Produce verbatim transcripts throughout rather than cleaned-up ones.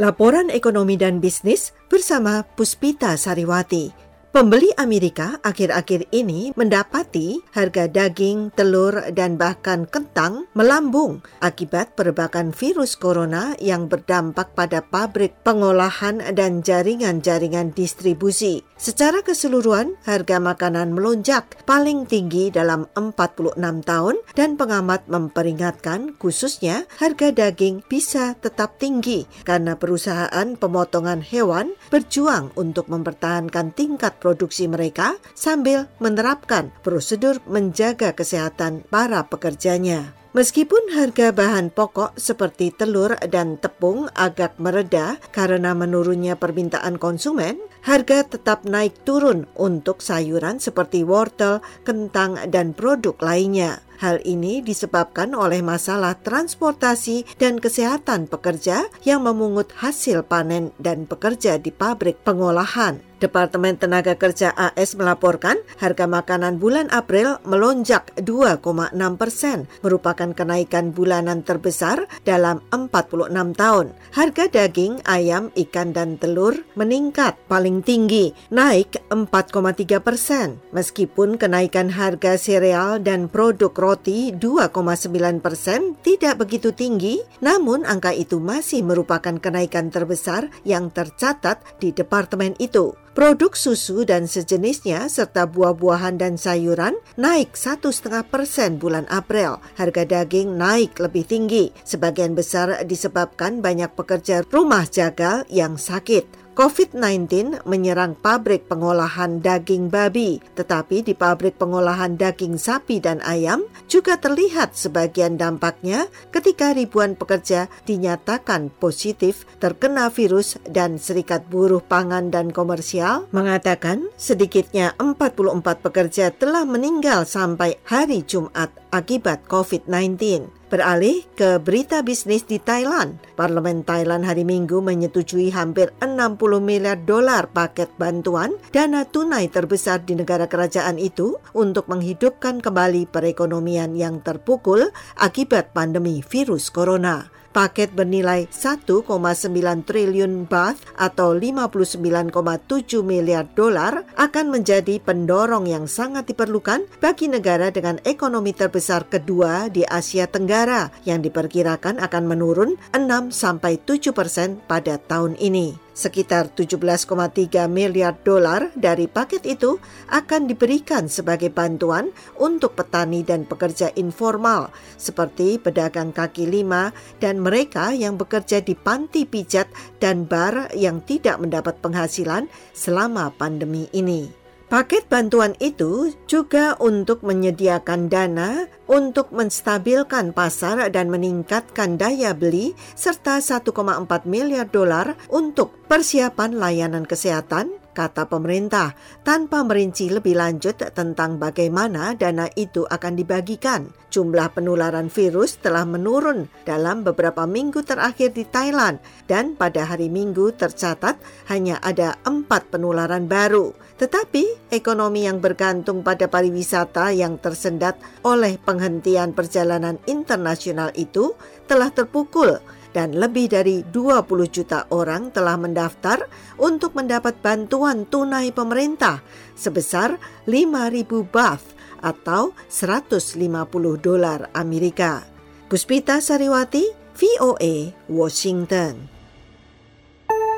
Laporan Ekonomi dan Bisnis bersama Puspita Sariwati. Pembeli Amerika akhir-akhir ini mendapati harga daging, telur, dan bahkan kentang melambung akibat perbakan virus corona yang berdampak pada pabrik pengolahan dan jaringan-jaringan distribusi. Secara keseluruhan, harga makanan melonjak paling tinggi dalam empat puluh enam tahun dan pengamat memperingatkan khususnya harga daging bisa tetap tinggi karena perusahaan pemotongan hewan berjuang untuk mempertahankan tingkat produksi mereka sambil menerapkan prosedur menjaga kesehatan para pekerjanya. Meskipun harga bahan pokok seperti telur dan tepung agak mereda karena menurunnya permintaan konsumen, harga tetap naik turun untuk sayuran seperti wortel, kentang, dan produk lainnya. Hal ini disebabkan oleh masalah transportasi dan kesehatan pekerja yang memungut hasil panen dan bekerja di pabrik pengolahan. Departemen Tenaga Kerja A S melaporkan harga makanan bulan April melonjak dua koma enam persen, merupakan kenaikan bulanan terbesar dalam empat puluh enam tahun. Harga daging, ayam, ikan, dan telur meningkat paling tinggi, naik empat koma tiga persen. Meskipun kenaikan harga sereal dan produk roti dua koma sembilan persen tidak begitu tinggi, namun angka itu masih merupakan kenaikan terbesar yang tercatat di departemen itu. Produk susu dan sejenisnya serta buah-buahan dan sayuran naik satu koma lima persen bulan April. Harga daging naik lebih tinggi, sebagian besar disebabkan banyak pekerja rumah jagal yang sakit. covid sembilan belas menyerang pabrik pengolahan daging babi, tetapi di pabrik pengolahan daging sapi dan ayam juga terlihat sebagian dampaknya ketika ribuan pekerja dinyatakan positif terkena virus dan Serikat Buruh Pangan dan Komersial mengatakan sedikitnya empat puluh empat pekerja telah meninggal sampai hari Jumat akibat covid sembilan belas. Beralih ke berita bisnis di Thailand, Parlemen Thailand hari Minggu menyetujui hampir enam puluh miliar dolar paket bantuan dana tunai terbesar di negara kerajaan itu untuk menghidupkan kembali perekonomian yang terpukul akibat pandemi virus corona. Paket bernilai satu koma sembilan triliun baht atau lima puluh sembilan koma tujuh miliar dolar akan menjadi pendorong yang sangat diperlukan bagi negara dengan ekonomi terbesar kedua di Asia Tenggara yang diperkirakan akan menurun enam sampai tujuh persen pada tahun ini. Sekitar tujuh belas koma tiga miliar dolar dari paket itu akan diberikan sebagai bantuan untuk petani dan pekerja informal seperti pedagang kaki lima dan mereka yang bekerja di panti pijat dan bar yang tidak mendapat penghasilan selama pandemi ini. Paket bantuan itu juga untuk menyediakan dana untuk menstabilkan pasar dan meningkatkan daya beli serta satu koma empat miliar dolar untuk persiapan layanan kesehatan, kata pemerintah, tanpa merinci lebih lanjut tentang bagaimana dana itu akan dibagikan. Jumlah penularan virus telah menurun dalam beberapa minggu terakhir di Thailand dan pada hari Minggu tercatat hanya ada empat penularan baru. Tetapi ekonomi yang bergantung pada pariwisata yang tersendat oleh penghentian perjalanan internasional itu telah terpukul dan lebih dari dua puluh juta orang telah mendaftar untuk mendapat bantuan tunai pemerintah sebesar lima ribu baht atau seratus lima puluh dolar Amerika. Puspita Sariwati, V O A, Washington.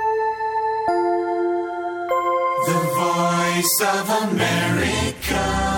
The Voice of America.